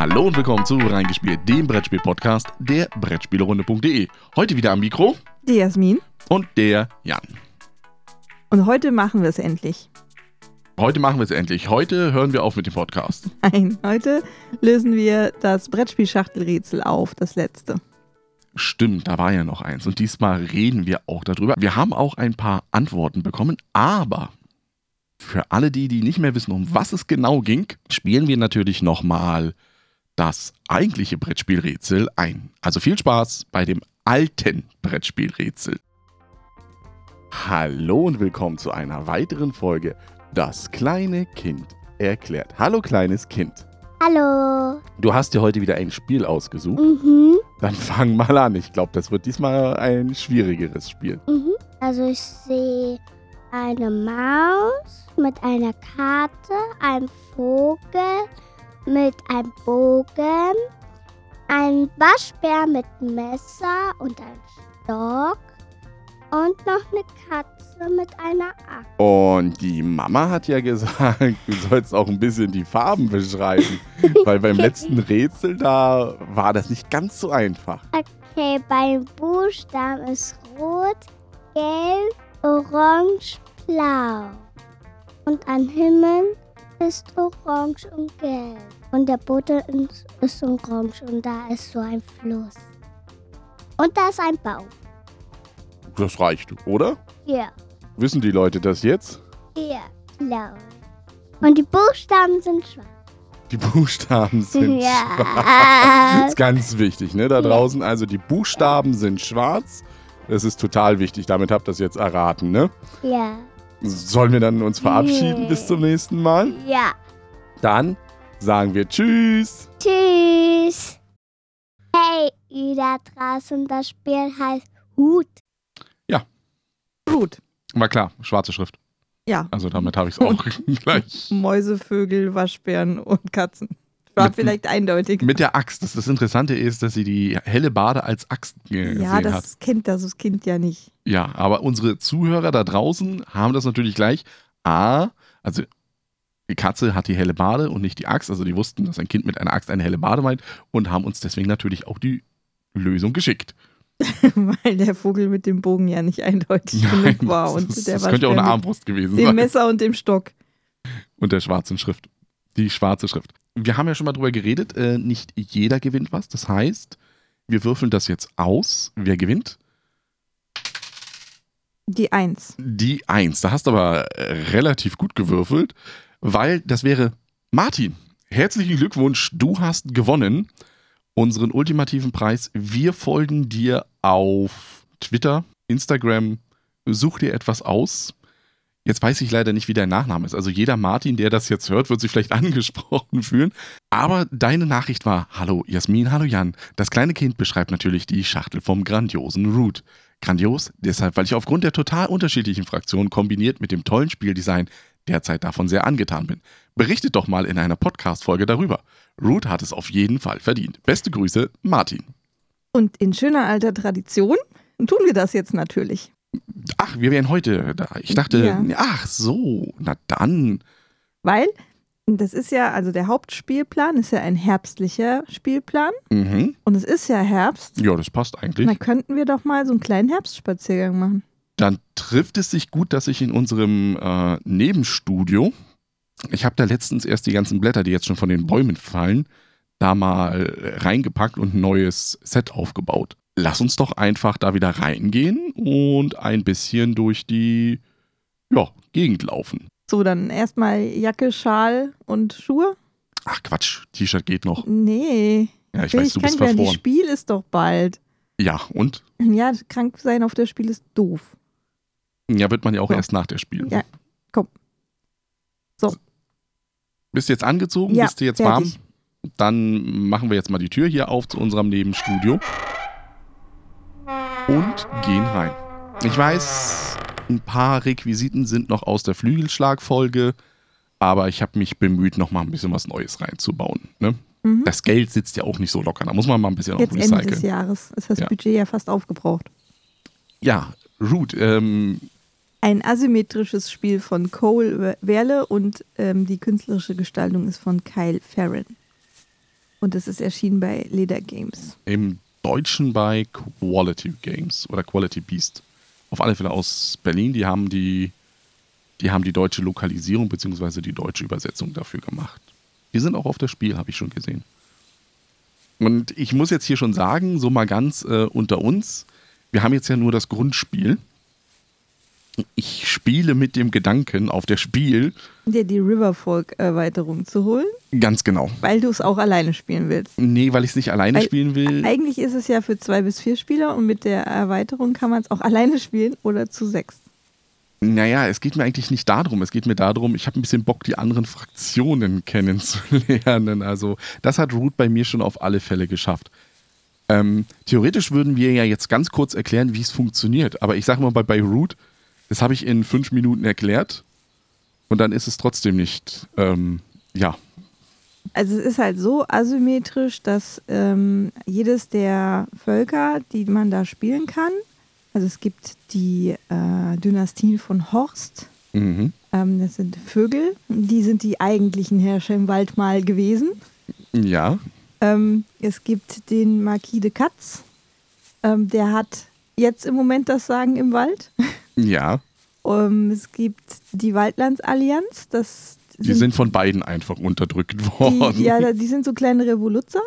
Hallo und willkommen zu Reingespielt, dem Brettspiel-Podcast der Brettspielerunde.de. Heute wieder am Mikro Die Jasmin. und der Jan. Und heute machen wir es endlich. Heute machen wir es endlich. Heute hören wir auf mit dem Podcast. Nein, heute lösen wir das Brettspiel-Schachtelrätsel auf, das letzte. Stimmt, da war ja noch eins. Und diesmal reden wir auch darüber. Wir haben auch ein paar Antworten bekommen, aber für alle die nicht mehr wissen, um was es genau ging, spielen wir natürlich nochmal das eigentliche Brettspielrätsel ein. Also viel Spaß bei dem alten Brettspielrätsel. Hallo und willkommen zu einer weiteren Folge Das kleine Kind erklärt. Hallo kleines Kind. Hallo. Du hast dir heute wieder ein Spiel ausgesucht. Dann fang mal an. Ich glaube, das wird diesmal ein schwierigeres Spiel. Also ich sehe eine Maus mit einer Karte, einem Vogel mit einem Bogen, ein Waschbär mit Messer und einem Stock und noch eine Katze mit einer Axt. Und die Mama hat ja gesagt, du sollst auch ein bisschen die Farben beschreiben. Weil beim letzten Rätsel, da war das nicht ganz so einfach. Okay, beim Buchstaben ist rot, gelb, orange, blau. Und am Himmel ist orange und gelb. Und der Boden ist orange und da ist so ein Fluss. Und da ist ein Baum. Das reicht, oder? Ja, Wissen die Leute das jetzt? ja, glaube ich. Und die Buchstaben sind schwarz. Die Buchstaben sind schwarz. Das Ja. ist ganz wichtig, ne? Da draußen, also die Buchstaben sind schwarz. Das ist total wichtig. Damit habt ihr das jetzt erraten, ne? Ja. Sollen wir dann uns verabschieden bis zum nächsten Mal? Ja. Dann sagen wir Tschüss. Tschüss. Hey, da draußen, das Spiel heißt Hut. Gut. War klar, schwarze Schrift. Ja, Also damit habe ich es auch gleich. Mäuse, Vögel, Waschbären und Katzen. War vielleicht eindeutig. Mit der Axt. Das Interessante ist, dass sie die helle Bade als Axt gesehen Ja, hat. das kennt das Kind ja nicht. Ja, aber unsere Zuhörer da draußen haben das natürlich gleich. Also die Katze hat die helle Bade und nicht die Axt. Also die wussten, dass ein Kind mit einer Axt eine helle Bade meint und haben uns deswegen natürlich auch die Lösung geschickt. Weil der Vogel mit dem Bogen ja nicht eindeutig genug war. Und der das könnte ja auch eine Waschbär Armbrust gewesen mit dem sein. Messer und dem Stock. Und der schwarzen Schrift. Die schwarze Schrift. Wir haben ja schon mal drüber geredet, nicht jeder gewinnt was. Das heißt, wir würfeln das jetzt aus. Wer gewinnt? Die 1. Die 1. Da hast du aber relativ gut gewürfelt, weil das wäre Martin. Herzlichen Glückwunsch, du hast gewonnen. Unseren ultimativen Preis. Wir folgen dir auf Twitter, Instagram. Such dir etwas aus. Jetzt weiß ich leider nicht, wie dein Nachname ist. Also jeder Martin, der das jetzt hört, wird sich vielleicht angesprochen fühlen. Aber deine Nachricht war: Hallo Jasmin, hallo Jan. Das kleine Kind beschreibt natürlich die Schachtel vom grandiosen Root. Grandios, deshalb, weil ich aufgrund der total unterschiedlichen Fraktionen kombiniert mit dem tollen Spieldesign derzeit davon sehr angetan bin. Berichtet doch mal in einer Podcast-Folge darüber. Root hat es auf jeden Fall verdient. Beste Grüße, Martin. Und in schöner alter Tradition tun wir das jetzt natürlich. Ach, wir wären heute da. Ich dachte, Ja. ach so, na dann. Weil das ist ja, also der Hauptspielplan ist ja ein herbstlicher Spielplan. Mhm. Und es ist ja Herbst. Ja, das passt eigentlich. Da könnten wir doch mal so einen kleinen Herbstspaziergang machen. Dann trifft es sich gut, dass ich in unserem Nebenstudio, ich habe da letztens erst die ganzen Blätter, die jetzt schon von den Bäumen fallen, da mal reingepackt und ein neues Set aufgebaut. Lass uns doch einfach da wieder reingehen und ein bisschen durch die Gegend laufen. So, dann erstmal Jacke, Schal und Schuhe. Ach Quatsch, T-Shirt geht noch. Nee. Ja, ich weiß, du bist Die verfroren. Spiel ist doch bald. Ja, und? Ja, krank sein auf der Spiel ist doof. Ja, wird man ja auch So. erst nach der Spiel. Ja, komm. So. Bist du jetzt angezogen? Ja, Bist du jetzt fertig. warm? Dann machen wir jetzt mal die Tür hier auf zu unserem Nebenstudio. Und gehen rein. Ich weiß, ein paar Requisiten sind noch aus der Flügelschlag-Folge, aber ich habe mich bemüht, noch mal ein bisschen was Neues reinzubauen. Ne? Mhm. Das Geld sitzt ja auch nicht so locker, da muss man mal ein bisschen auch Jetzt Ende des recyceln. Jahres ist das Ja. Budget ja fast aufgebraucht. Ja, Root, Ein asymmetrisches Spiel von Cole Werle und die künstlerische Gestaltung ist von Kyle Farron. Und es ist erschienen bei Leder Games. Im Deutschen bei Quality Games oder Quality Beast. Auf alle Fälle aus Berlin. Die haben die deutsche Lokalisierung bzw. die deutsche Übersetzung dafür gemacht. Die sind auch auf das Spiel, habe ich schon gesehen. Und ich muss jetzt hier schon sagen, so mal ganz unter uns, wir haben jetzt ja nur das Grundspiel. Ich spiele mit dem Gedanken auf das Spiel. Dir die Riverfolk-Erweiterung zu holen, Ganz genau. weil du es auch alleine spielen willst. Nee, weil ich es nicht alleine spielen will. Eigentlich ist es ja für 2 bis 4 Spieler und mit der Erweiterung kann man es auch alleine spielen oder zu 6. Naja, es geht mir eigentlich nicht darum. Es geht mir darum, ich habe ein bisschen Bock, die anderen Fraktionen kennenzulernen. Also das hat Root bei mir schon auf alle Fälle geschafft. Theoretisch würden wir ja jetzt ganz kurz erklären, wie es funktioniert. Aber ich sage mal, bei Root, das habe ich in 5 Minuten erklärt und dann ist es trotzdem nicht, Also es ist halt so asymmetrisch, dass jedes der Völker, die man da spielen kann, also es gibt die Dynastien von Horst, das sind Vögel, die sind die eigentlichen Herrscher im Wald mal gewesen. Ja. Es gibt den Marquis de Katz, der hat jetzt im Moment das Sagen im Wald. Ja. Es gibt die Waldlandsallianz, Die sind von beiden einfach unterdrückt worden. die sind so kleine Revoluzzer.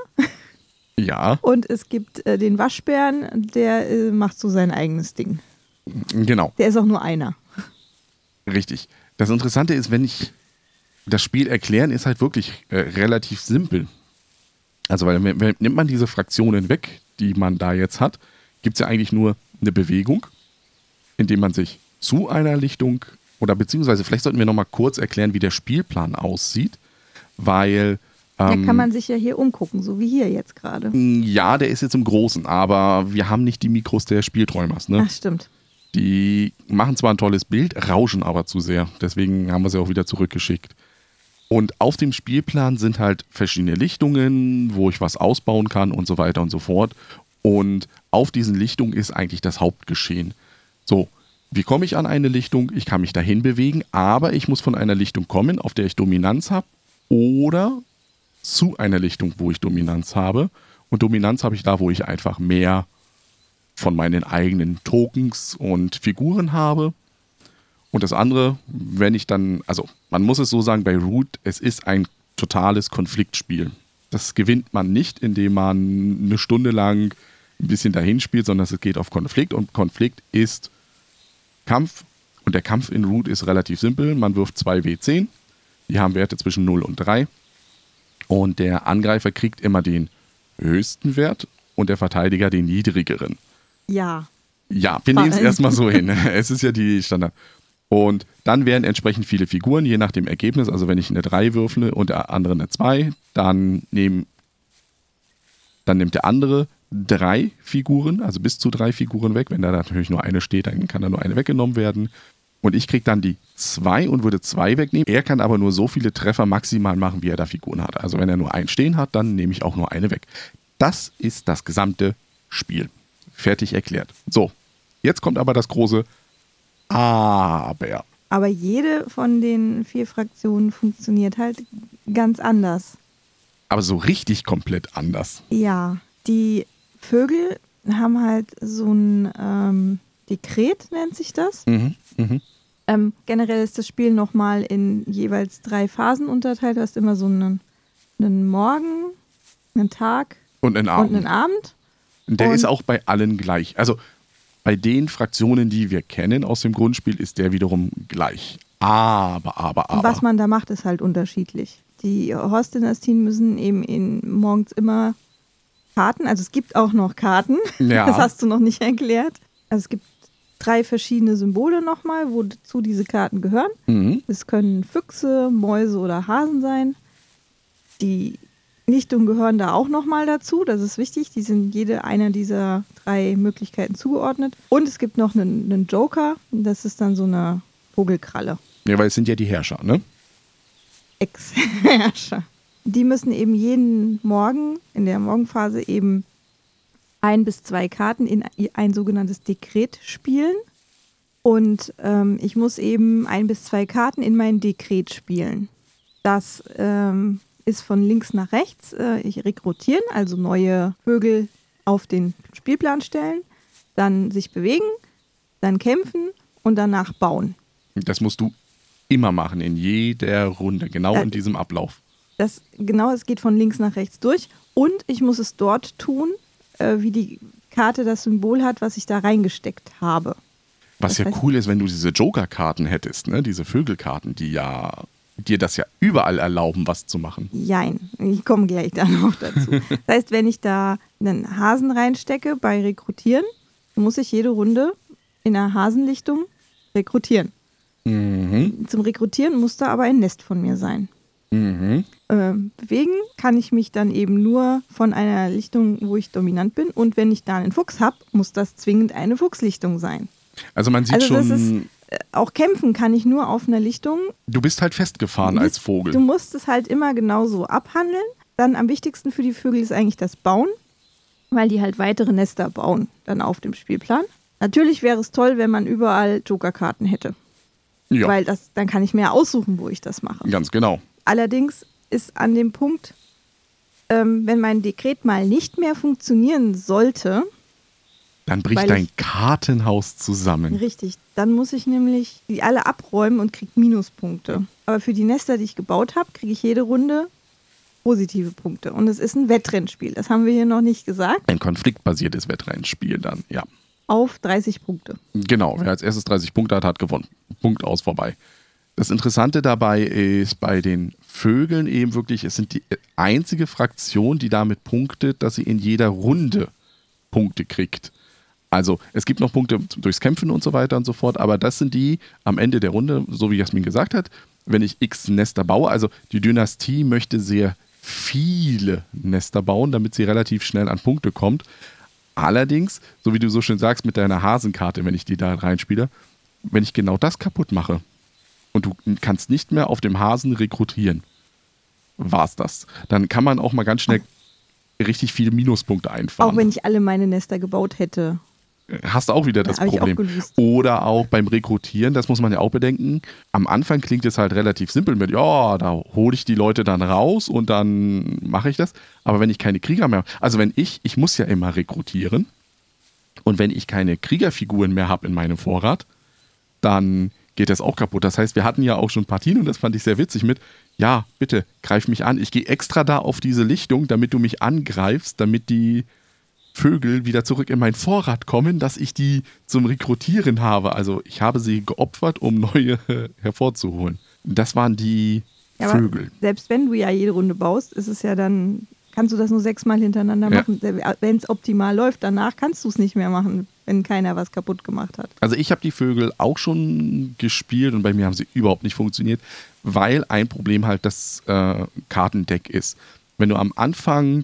Ja. Und es gibt den Waschbären, der macht so sein eigenes Ding. Genau. Der ist auch nur einer. Richtig. Das Interessante ist, wenn ich das Spiel erklären, ist halt wirklich relativ simpel. Also, weil nimmt man diese Fraktionen weg, die man da jetzt hat, gibt es ja eigentlich nur eine Bewegung, indem man sich zu einer Lichtung oder beziehungsweise vielleicht sollten wir nochmal kurz erklären, wie der Spielplan aussieht, weil Da kann man sich ja hier umgucken, so wie hier jetzt gerade. ja, der ist jetzt im Großen, aber wir haben nicht die Mikros der Spielträumers, ne? Ach, stimmt. Die machen zwar ein tolles Bild, rauschen aber zu sehr. Deswegen haben wir sie auch wieder zurückgeschickt. Und auf dem Spielplan sind halt verschiedene Lichtungen, wo ich was ausbauen kann und so weiter und so fort. Und auf diesen Lichtungen ist eigentlich das Hauptgeschehen. So, wie komme ich an eine Lichtung? Ich kann mich dahin bewegen, aber ich muss von einer Lichtung kommen, auf der ich Dominanz habe, oder zu einer Lichtung, wo ich Dominanz habe. Und Dominanz habe ich da, wo ich einfach mehr von meinen eigenen Tokens und Figuren habe. Und das andere, wenn ich dann, also man muss es so sagen, bei Root, es ist ein totales Konfliktspiel. Das gewinnt man nicht, indem man eine Stunde lang ein bisschen dahin spielt, sondern es geht auf Konflikt und Konflikt ist Kampf. Und der Kampf in Root ist relativ simpel. Man wirft 2 W10, die haben Werte zwischen 0 und 3 und der Angreifer kriegt immer den höchsten Wert und der Verteidiger den niedrigeren. Ja. Ja, wir nehmen es erstmal so hin. Es ist ja die Standard. Und dann werden entsprechend viele Figuren, je nach dem Ergebnis. Also wenn ich eine 3 würfle und der andere eine 2, dann nimmt der andere 3 Figuren, also bis zu 3 Figuren weg. Wenn da natürlich nur eine steht, dann kann da nur eine weggenommen werden. Und ich kriege dann die 2 und würde 2 wegnehmen. Er kann aber nur so viele Treffer maximal machen, wie er da Figuren hat. Also wenn er nur einen stehen hat, dann nehme ich auch nur eine weg. Das ist das gesamte Spiel. Fertig erklärt. So, jetzt kommt aber das große Aber. Aber jede von den 4 Fraktionen funktioniert halt ganz anders. Aber so richtig komplett anders. Ja, die Vögel haben halt so ein Dekret, nennt sich das. Generell ist das Spiel nochmal in jeweils 3 Phasen unterteilt. Du hast immer so einen Morgen, einen Tag und einen Abend. Der ist auch bei allen gleich. Also bei den Fraktionen, die wir kennen aus dem Grundspiel, ist der wiederum gleich. Aber. Was man da macht, ist halt unterschiedlich. Die Horst-Dynastien müssen eben morgens immer Karten, also es gibt auch noch Karten, ja. Das hast du noch nicht erklärt. Also es gibt 3 verschiedene Symbole nochmal, wozu diese Karten gehören. Es können Füchse, Mäuse oder Hasen sein. Die Lichtungen gehören da auch nochmal dazu, das ist wichtig. Die sind jede einer dieser 3 Möglichkeiten zugeordnet. Und es gibt noch einen Joker, das ist dann so eine Vogelkralle. Ja, weil es sind ja die Herrscher, ne? Ex-Herrscher. Die müssen eben jeden Morgen, in der Morgenphase eben 1 bis 2 Karten in ein sogenanntes Dekret spielen. Und ich muss eben 1 bis 2 Karten in mein Dekret spielen. Das ist ist von links nach rechts. Ich rekrutieren, also neue Vögel auf den Spielplan stellen, dann sich bewegen, dann kämpfen und danach bauen. Das musst du immer machen, in jeder Runde, genau in diesem Ablauf. Es geht von links nach rechts durch und ich muss es dort tun, wie die Karte das Symbol hat, was ich da reingesteckt habe. Was ja cool ist, wenn du diese Joker-Karten hättest, ne? Diese Vögelkarten, die ja dir das ja überall erlauben, was zu machen. Jein, ich komme gleich da noch dazu. Das heißt, wenn ich da einen Hasen reinstecke bei Rekrutieren, muss ich jede Runde in einer Hasenlichtung rekrutieren. Mhm. Zum Rekrutieren muss da aber ein Nest von mir sein. Mhm. Bewegen kann ich mich dann eben nur von einer Lichtung, wo ich dominant bin. Und wenn ich da einen Fuchs habe, muss das zwingend eine Fuchslichtung sein. Also man sieht schon, auch kämpfen kann ich nur auf einer Lichtung. Du bist halt festgefahren als Vogel. Du musst es halt immer genauso abhandeln. Dann am wichtigsten für die Vögel ist eigentlich das Bauen, weil die halt weitere Nester bauen dann auf dem Spielplan. Natürlich wäre es toll, wenn man überall Jokerkarten hätte. Ja. Weil dann kann ich mir aussuchen, wo ich das mache. Ganz genau. Allerdings ist an dem Punkt, wenn mein Dekret mal nicht mehr funktionieren sollte, dann bricht dein Kartenhaus zusammen. Richtig, dann muss ich nämlich die alle abräumen und kriege Minuspunkte. Aber für die Nester, die ich gebaut habe, kriege ich jede Runde positive Punkte. Und es ist ein Wettrennspiel, das haben wir hier noch nicht gesagt. Ein konfliktbasiertes Wettrennspiel dann, ja. Auf 30 Punkte. Genau, wer als erstes 30 Punkte hat, hat gewonnen. Punkt aus, vorbei. Das Interessante dabei ist bei den Vögeln eben wirklich, es sind die einzige Fraktion, die damit punktet, dass sie in jeder Runde Punkte kriegt. Also es gibt noch Punkte durchs Kämpfen und so weiter und so fort, aber das sind die am Ende der Runde, so wie Jasmin gesagt hat, wenn ich x Nester baue, also die Dynastie möchte sehr viele Nester bauen, damit sie relativ schnell an Punkte kommt. Allerdings, so wie du so schön sagst mit deiner Hasenkarte, wenn ich die da reinspiele, wenn ich genau das kaputt mache und du kannst nicht mehr auf dem Hasen rekrutieren, war's das. Dann kann man auch mal ganz schnell richtig viele Minuspunkte einfahren. Auch wenn ich alle meine Nester gebaut hätte. Hast du auch wieder das Problem. Oder auch beim Rekrutieren, das muss man ja auch bedenken. Am Anfang klingt es halt relativ simpel mit, ja, da hole ich die Leute dann raus und dann mache ich das. Aber wenn ich keine Krieger mehr habe, also wenn ich muss ja immer rekrutieren und wenn ich keine Kriegerfiguren mehr habe in meinem Vorrat, dann geht das auch kaputt. Das heißt, wir hatten ja auch schon Partien und das fand ich sehr witzig mit, ja, bitte, greif mich an. Ich gehe extra da auf diese Lichtung, damit du mich angreifst, damit die Vögel wieder zurück in meinen Vorrat kommen, dass ich die zum Rekrutieren habe. Also ich habe sie geopfert, um neue hervorzuholen. Das waren die Vögel. Selbst wenn du ja jede Runde baust, ist es ja dann, kannst du das nur 6-mal hintereinander machen. Wenn es optimal läuft, danach kannst du es nicht mehr machen, wenn keiner was kaputt gemacht hat. Also ich habe die Vögel auch schon gespielt und bei mir haben sie überhaupt nicht funktioniert, weil ein Problem halt das Kartendeck ist. Wenn du am Anfang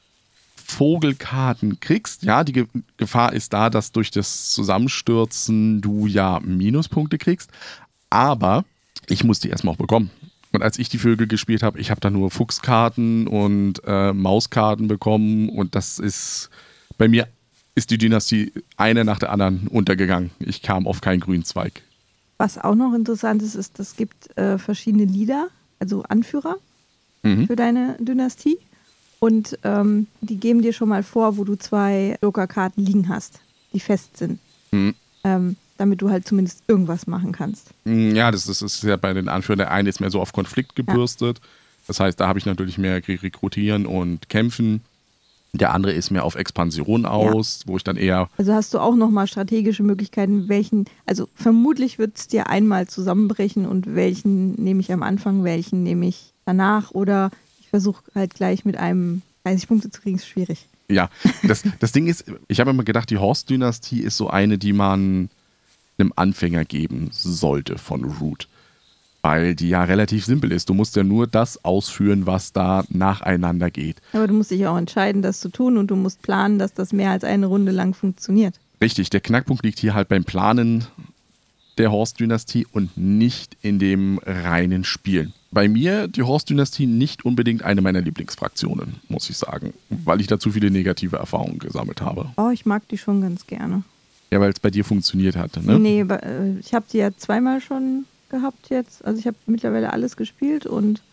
Vogelkarten kriegst, ja, die Gefahr ist da, dass durch das Zusammenstürzen du ja Minuspunkte kriegst, aber ich muss die erstmal auch bekommen. Und als ich die Vögel gespielt habe, ich habe da nur Fuchskarten und Mauskarten bekommen und das ist, bei mir ist die Dynastie eine nach der anderen untergegangen. Ich kam auf keinen grünen Zweig. Was auch noch interessant ist, es gibt verschiedene Leader, also Anführer für deine Dynastie. Und die geben dir schon mal vor, wo du 2 Joker-Karten liegen hast, die fest sind. Damit du halt zumindest irgendwas machen kannst. Ja, das ist ja bei den Anführern, der eine ist mehr so auf Konflikt gebürstet. Ja. Das heißt, da habe ich natürlich mehr Rekrutieren und Kämpfen. Der andere ist mehr auf Expansion aus, wo ich dann eher... Also hast du auch nochmal strategische Möglichkeiten, also vermutlich wird es dir einmal zusammenbrechen und welchen nehme ich am Anfang, welchen nehme ich danach oder... Versuche halt gleich mit einem 30 Punkte zu kriegen, ist schwierig. Ja, das Ding ist, ich habe immer gedacht, die Horst-Dynastie ist so eine, die man einem Anfänger geben sollte von Root. Weil die ja relativ simpel ist. Du musst ja nur das ausführen, was da nacheinander geht. Aber du musst dich auch entscheiden, das zu tun und du musst planen, dass das mehr als eine Runde lang funktioniert. Richtig, der Knackpunkt liegt hier halt beim Planen der Horst-Dynastie und nicht in dem reinen Spielen. Bei mir die Horst-Dynastie nicht unbedingt eine meiner Lieblingsfraktionen, muss ich sagen, weil ich da zu viele negative Erfahrungen gesammelt habe. Oh, ich mag die schon ganz gerne. Ja, weil es bei dir funktioniert hat, ne? Nee, ich habe die ja 2-mal schon gehabt jetzt. Also ich habe mittlerweile alles gespielt und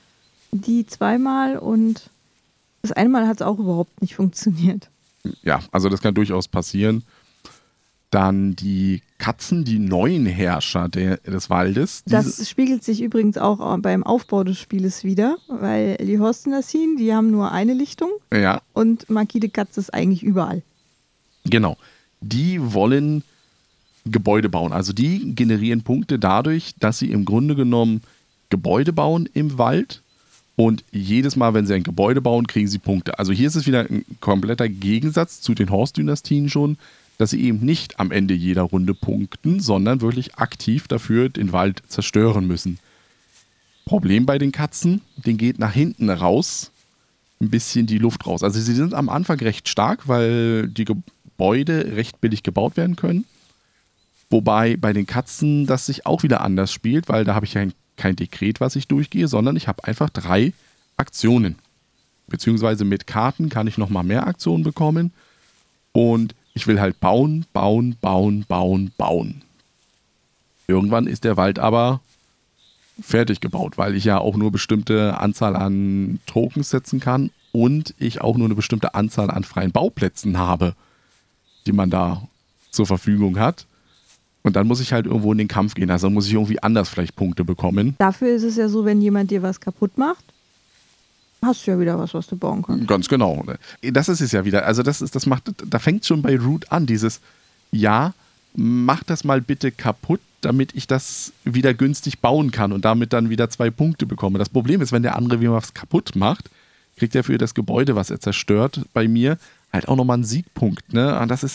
Die zweimal und das eine Mal hat es auch überhaupt nicht funktioniert. Ja, also das kann durchaus passieren. Dann die Katzen, die neuen Herrscher des Waldes. Das spiegelt sich übrigens auch beim Aufbau des Spieles wieder, weil die Horstenassin, die haben nur eine Lichtung und Marquis de Katz ist eigentlich überall. Genau. Die wollen Gebäude bauen. Also die generieren Punkte dadurch, dass sie im Grunde genommen Gebäude bauen im Wald. Und jedes Mal, wenn sie ein Gebäude bauen, kriegen sie Punkte. Also hier ist es wieder ein kompletter Gegensatz zu den Horst-Dynastien schon, dass sie eben nicht am Ende jeder Runde punkten, sondern wirklich aktiv dafür den Wald zerstören müssen. Problem bei den Katzen, denen geht nach hinten raus ein bisschen die Luft raus. Also sie sind am Anfang recht stark, weil die Gebäude recht billig gebaut werden können. Wobei bei den Katzen das sich auch wieder anders spielt, weil da habe ich ja kein Dekret, was ich durchgehe, sondern ich habe einfach 3 Aktionen. Beziehungsweise mit Karten kann ich nochmal mehr Aktionen bekommen. Und ich will halt bauen, bauen, bauen, bauen, bauen. Irgendwann ist der Wald aber fertig gebaut, weil ich ja auch nur bestimmte Anzahl an Tokens setzen kann und ich auch nur eine bestimmte Anzahl an freien Bauplätzen habe, die man da zur Verfügung hat. Und dann muss ich halt irgendwo in den Kampf gehen. Also muss ich irgendwie anders vielleicht Punkte bekommen. Dafür ist es ja so, wenn jemand dir was kaputt macht, hast du ja wieder was du bauen kannst. Ganz genau. Das ist es ja wieder. Also da fängt schon bei Root an, dieses, ja, mach das mal bitte kaputt, damit ich das wieder günstig bauen kann und damit dann wieder 2 Punkte bekomme. Das Problem ist, wenn der andere wieder was kaputt macht, kriegt er für das Gebäude, was er zerstört, bei mir halt auch nochmal einen Siegpunkt. Ne? Und das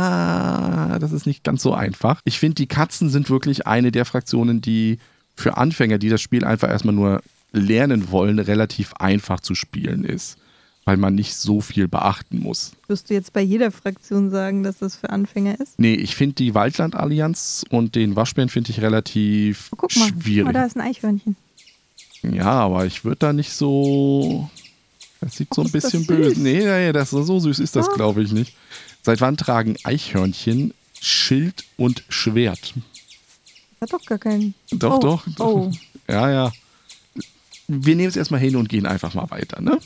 ist nicht ganz so einfach. Ich finde, die Katzen sind wirklich eine der Fraktionen, die für Anfänger, die das Spiel einfach erstmal nur lernen wollen, relativ einfach zu spielen ist. Weil man nicht so viel beachten muss. Wirst du jetzt bei jeder Fraktion sagen, dass das für Anfänger ist? Nee, ich finde die Waldland-Allianz und den Waschbären finde ich relativ schwierig. Oh, da ist ein Eichhörnchen. Ja, aber ich würde da nicht so... Das sieht so ein bisschen böse. Nee, so süß ist das, glaube ich, nicht. Seit wann tragen Eichhörnchen Schild und Schwert? Hat doch gar keinen. Doch. Oh. Ja. Wir nehmen es erstmal hin und gehen einfach mal weiter, ne?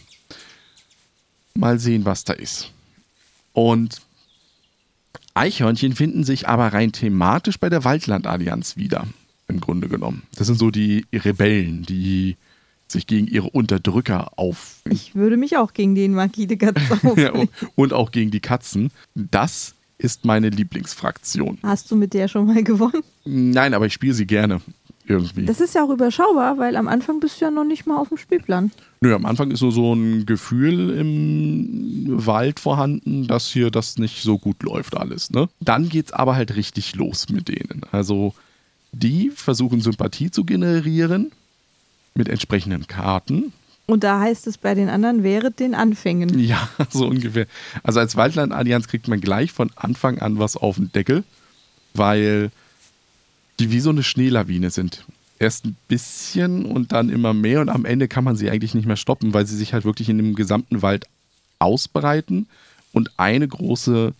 Mal sehen, was da ist. Und Eichhörnchen finden sich aber rein thematisch bei der Waldland-Allianz wieder, im Grunde genommen. Das sind so die Rebellen, die sich gegen ihre Unterdrücker Ich würde mich auch gegen den Marquis de Katz aufnehmen. Ja, und auch gegen die Katzen. Das ist meine Lieblingsfraktion. Hast du mit der schon mal gewonnen? Nein, aber ich spiele sie gerne. Irgendwie. Das ist ja auch überschaubar, weil am Anfang bist du ja noch nicht mal auf dem Spielplan. Nö, am Anfang ist nur so ein Gefühl im Wald vorhanden, dass hier das nicht so gut läuft alles. Ne? Dann geht's aber halt richtig los mit denen. Also die versuchen Sympathie zu generieren mit entsprechenden Karten. Und da heißt es bei den anderen, während den Anfängen. Ja, so ungefähr. Also als Waldland-Allianz kriegt man gleich von Anfang an was auf den Deckel, weil die wie so eine Schneelawine sind. Erst ein bisschen und dann immer mehr und am Ende kann man sie eigentlich nicht mehr stoppen, weil sie sich halt wirklich in dem gesamten Wald ausbreiten. Und ein großer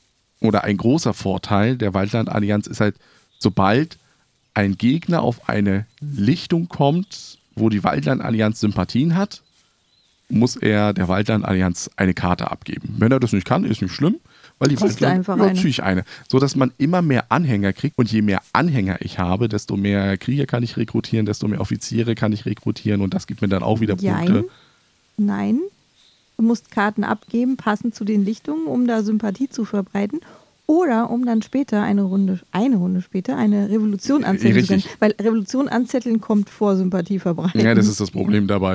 Vorteil der Waldland-Allianz ist halt, sobald ein Gegner auf eine Lichtung kommt, wo die Waldland-Allianz Sympathien hat, muss er der Waldland-Allianz eine Karte abgeben. Wenn er das nicht kann, ist nicht schlimm, weil die Waldland, ziehe ich eine. So dass man immer mehr Anhänger kriegt und je mehr Anhänger ich habe, desto mehr Krieger kann ich rekrutieren, desto mehr Offiziere kann ich rekrutieren und das gibt mir dann auch wieder Punkte. Nein, du musst Karten abgeben, passend zu den Lichtungen, um da Sympathie zu verbreiten. Oder um dann später eine Runde später eine Revolution anzetteln zu können. Weil Revolution anzetteln kommt vor Sympathie verbreiten. Ja, das ist das Problem dabei.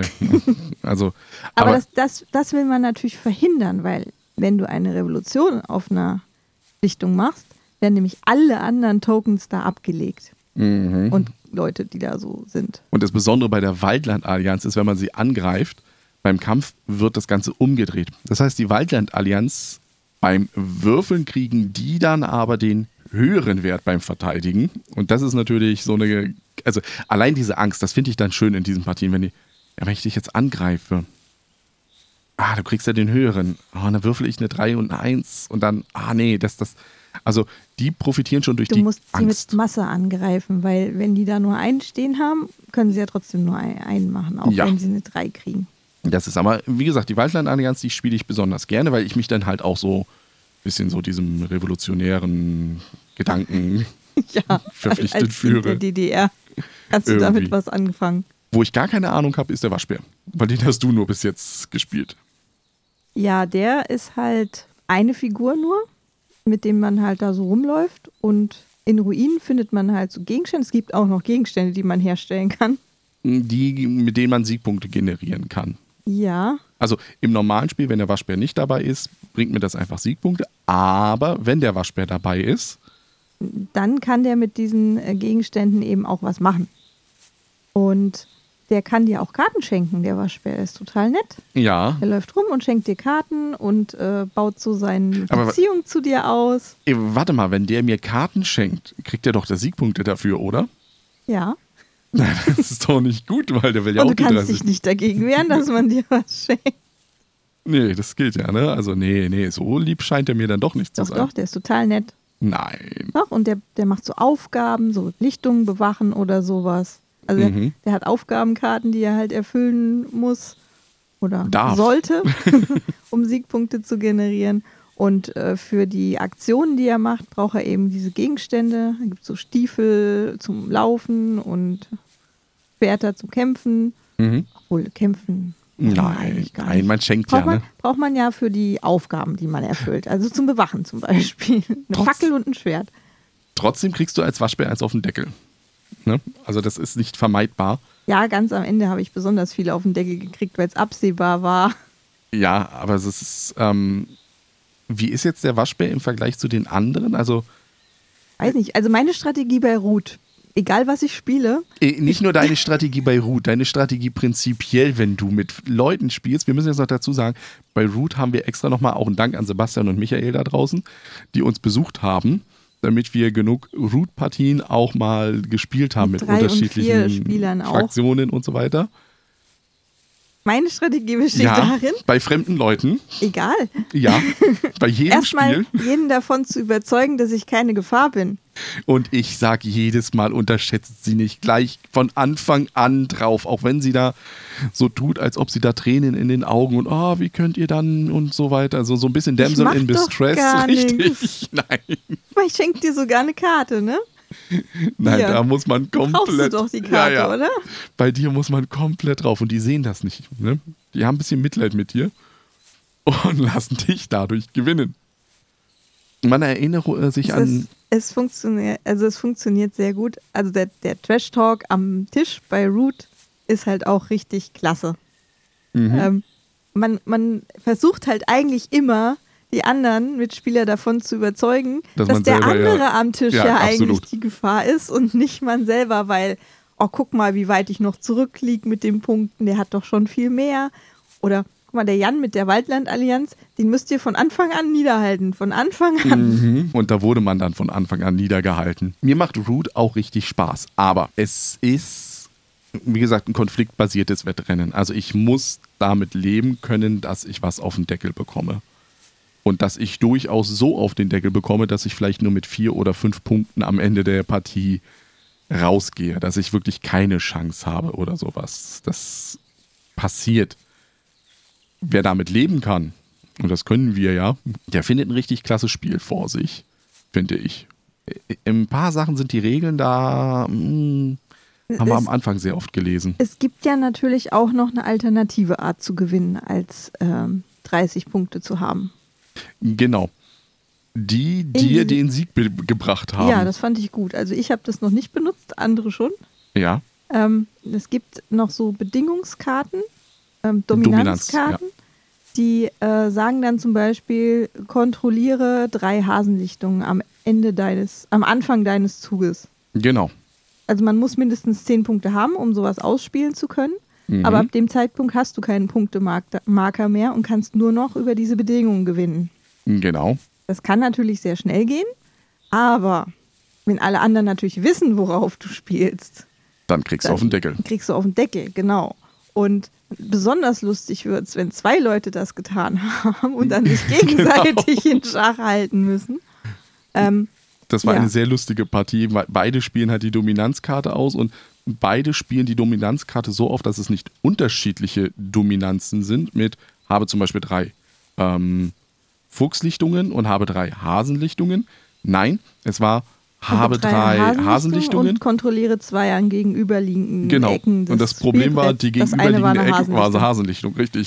Aber das will man natürlich verhindern, weil wenn du eine Revolution auf einer Lichtung machst, werden nämlich alle anderen Tokens da abgelegt. Mhm. Und Leute, die da so sind. Und das Besondere bei der Waldland-Allianz ist, wenn man sie angreift, beim Kampf wird das Ganze umgedreht. Das heißt, die Waldland-Allianz beim Würfeln kriegen die dann aber den höheren Wert beim Verteidigen. Und das ist natürlich so eine, also allein diese Angst, das finde ich dann schön in diesen Partien, wenn ich dich jetzt angreife. du kriegst ja den höheren. Dann würfel ich eine 3 und eine 1 und dann, nee, also die profitieren schon durch die Angst. Du musst sie mit Masse angreifen, weil wenn die da nur einen stehen haben, können sie ja trotzdem nur einen machen, auch wenn sie eine 3 kriegen. Das ist aber, wie gesagt, die Waldland-Allianz, die spiele ich besonders gerne, weil ich mich dann halt auch so ein bisschen so diesem revolutionären Gedanken verpflichtet als führe. Der DDR. Hast du damit was angefangen? Wo ich gar keine Ahnung habe, ist der Waschbär. Weil den hast du nur bis jetzt gespielt. Ja, der ist halt eine Figur nur, mit dem man halt da so rumläuft. Und in Ruinen findet man halt so Gegenstände. Es gibt auch noch Gegenstände, die man herstellen kann. Mit denen man Siegpunkte generieren kann. Ja. Also im normalen Spiel, wenn der Waschbär nicht dabei ist, bringt mir das einfach Siegpunkte. Aber wenn der Waschbär dabei ist, dann kann der mit diesen Gegenständen eben auch was machen. Und der kann dir auch Karten schenken, der Waschbär. Der ist total nett. Ja. Der läuft rum und schenkt dir Karten und baut so seine Beziehung zu dir aus. Warte mal, wenn der mir Karten schenkt, kriegt er doch da Siegpunkte dafür, oder? Ja. Nein, das ist doch nicht gut, weil der will ja und auch die 30. du kannst dich nicht dagegen wehren, dass man dir was schenkt. Nee, das gilt ja, ne? Also nee, so lieb scheint er mir dann doch nicht zu sein. Doch, der ist total nett. Nein. Doch, und der macht so Aufgaben, so Lichtungen bewachen oder sowas. Also der hat Aufgabenkarten, die er halt erfüllen muss oder sollte, um Siegpunkte zu generieren. Und für die Aktionen, die er macht, braucht er eben diese Gegenstände. Da gibt es so Stiefel zum Laufen und Schwerter zum Kämpfen. Obwohl, kämpfen... Nein, man schenkt ne? Braucht man ja für die Aufgaben, die man erfüllt. Also zum Bewachen zum Beispiel. Eine Fackel und ein Schwert. Trotzdem kriegst du als Waschbär eins auf den Deckel. Ne? Also das ist nicht vermeidbar. Ja, ganz am Ende habe ich besonders viel auf den Deckel gekriegt, weil es absehbar war. Ja, aber es ist, wie ist jetzt der Waschbär im Vergleich zu den anderen? Also weiß nicht, also meine Strategie bei Root, egal was ich spiele. Nicht nur deine Strategie bei Root, deine Strategie prinzipiell, wenn du mit Leuten spielst. Wir müssen jetzt noch dazu sagen, bei Root haben wir extra nochmal auch einen Dank an Sebastian und Michael da draußen, die uns besucht haben, damit wir genug Root-Partien auch mal gespielt haben mit unterschiedlichen Fraktionen und so weiter. Meine Strategie besteht darin, bei fremden Leuten. Egal. Ja, bei jedem Erstmal Spiel. jeden davon zu überzeugen, dass ich keine Gefahr bin. Und ich sage jedes Mal, unterschätzt sie nicht gleich von Anfang an drauf. Auch wenn sie da so tut, als ob sie da Tränen in den Augen und wie könnt ihr dann und so weiter. Also so ein bisschen Damsel in Distress. Richtig. Nein. Ich schenke dir sogar eine Karte, ne? Nein, da muss man komplett. Brauchst du doch die Karte, oder? Bei dir muss man komplett drauf und die sehen das nicht. Ne? Die haben ein bisschen Mitleid mit dir und lassen dich dadurch gewinnen. Man erinnere sich an. Es funktioniert sehr gut. Also der Trash-Talk am Tisch bei Root ist halt auch richtig klasse. Man versucht halt eigentlich immer, die anderen Mitspieler davon zu überzeugen, dass der andere am Tisch eigentlich die Gefahr ist und nicht man selber, weil, guck mal, wie weit ich noch zurückliege mit den Punkten, der hat doch schon viel mehr. Oder, guck mal, der Jan mit der Waldland-Allianz, den müsst ihr von Anfang an niederhalten, von Anfang an. Und da wurde man dann von Anfang an niedergehalten. Mir macht Root auch richtig Spaß, aber es ist, wie gesagt, ein konfliktbasiertes Wettrennen. Also ich muss damit leben können, dass ich was auf den Deckel bekomme. Und dass ich durchaus so auf den Deckel bekomme, dass ich vielleicht nur mit 4 oder 5 Punkten am Ende der Partie rausgehe. Dass ich wirklich keine Chance habe oder sowas. Das passiert. Wer damit leben kann, und das können wir ja, der findet ein richtig klasse Spiel vor sich, finde ich. In ein paar Sachen sind die Regeln da, haben wir am Anfang sehr oft gelesen. Es gibt ja natürlich auch noch eine alternative Art zu gewinnen, als 30 Punkte zu haben. Genau. Die dir den Sieg gebracht haben. Ja, das fand ich gut. Also ich habe das noch nicht benutzt, andere schon. Ja. Es gibt noch so Bedingungskarten, Dominanzkarten, die sagen dann zum Beispiel, kontrolliere 3 Hasenlichtungen am Anfang deines Zuges. Genau. Also man muss mindestens 10 Punkte haben, um sowas ausspielen zu können. Aber ab dem Zeitpunkt hast du keinen Punktemarker mehr und kannst nur noch über diese Bedingungen gewinnen. Genau. Das kann natürlich sehr schnell gehen, aber wenn alle anderen natürlich wissen, worauf du spielst, dann kriegst du auf den Deckel. Kriegst du auf den Deckel, genau. Und besonders lustig wird es, wenn 2 Leute das getan haben und dann sich gegenseitig in Schach halten müssen. Das war eine sehr lustige Partie, weil beide spielen halt die Dominanzkarte aus und beide spielen die Dominanzkarte so oft, dass es nicht unterschiedliche Dominanzen sind mit, habe zum Beispiel 3 Fuchslichtungen und habe 3 Hasenlichtungen. Nein, es war habe 3 Hasenlichtungen und kontrolliere 2 an gegenüberliegenden Ecken. Und das Problem war, die gegenüberliegende Ecke war eine Hasenlichtung, richtig.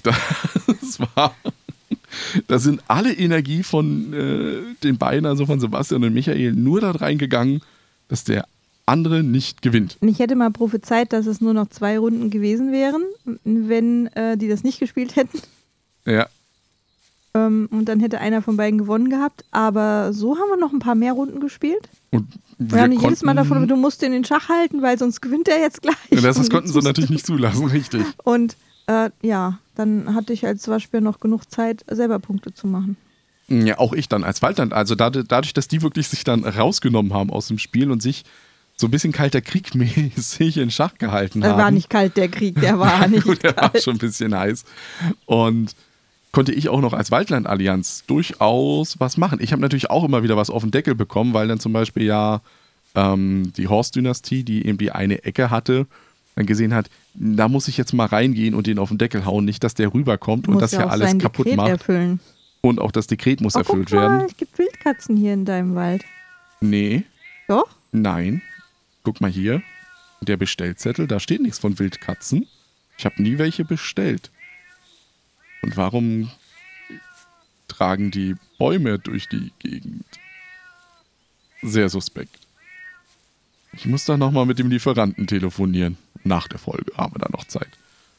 Da sind alle Energie von den beiden, also von Sebastian und Michael, nur da reingegangen, dass der andere nicht gewinnt. Und ich hätte mal prophezeit, dass es nur noch 2 Runden gewesen wären, wenn die das nicht gespielt hätten. Ja. Und dann hätte einer von beiden gewonnen gehabt. Aber so haben wir noch ein paar mehr Runden gespielt. Und wir haben nicht jedes Mal davon, aber du musst den Schach halten, weil sonst gewinnt er jetzt gleich. Ja, das konnten sie natürlich nicht zulassen, richtig. Und dann hatte ich als Waschbär noch genug Zeit, selber Punkte zu machen. Ja, auch ich dann als Waldland. Also dadurch, dass die wirklich sich dann rausgenommen haben aus dem Spiel und sich so ein bisschen kalter Krieg mäßig in Schach gehalten haben. Er war nicht kalt, der Krieg, der war nicht kalt. Der war schon ein bisschen heiß. Und konnte ich auch noch als Waldland-Allianz durchaus was machen. Ich habe natürlich auch immer wieder was auf den Deckel bekommen, weil dann zum Beispiel die Horst-Dynastie, die irgendwie eine Ecke hatte, dann gesehen hat, da muss ich jetzt mal reingehen und den auf den Deckel hauen, nicht, dass der rüberkommt und das ja alles kaputt macht. Erfüllen. Und auch das Dekret muss erfüllt werden. Es gibt Wildkatzen hier in deinem Wald. Nee. Doch? Nein. Guck mal hier, der Bestellzettel, da steht nichts von Wildkatzen. Ich habe nie welche bestellt. Und warum tragen die Bäume durch die Gegend? Sehr suspekt. Ich muss da nochmal mit dem Lieferanten telefonieren. Nach der Folge haben wir da noch Zeit.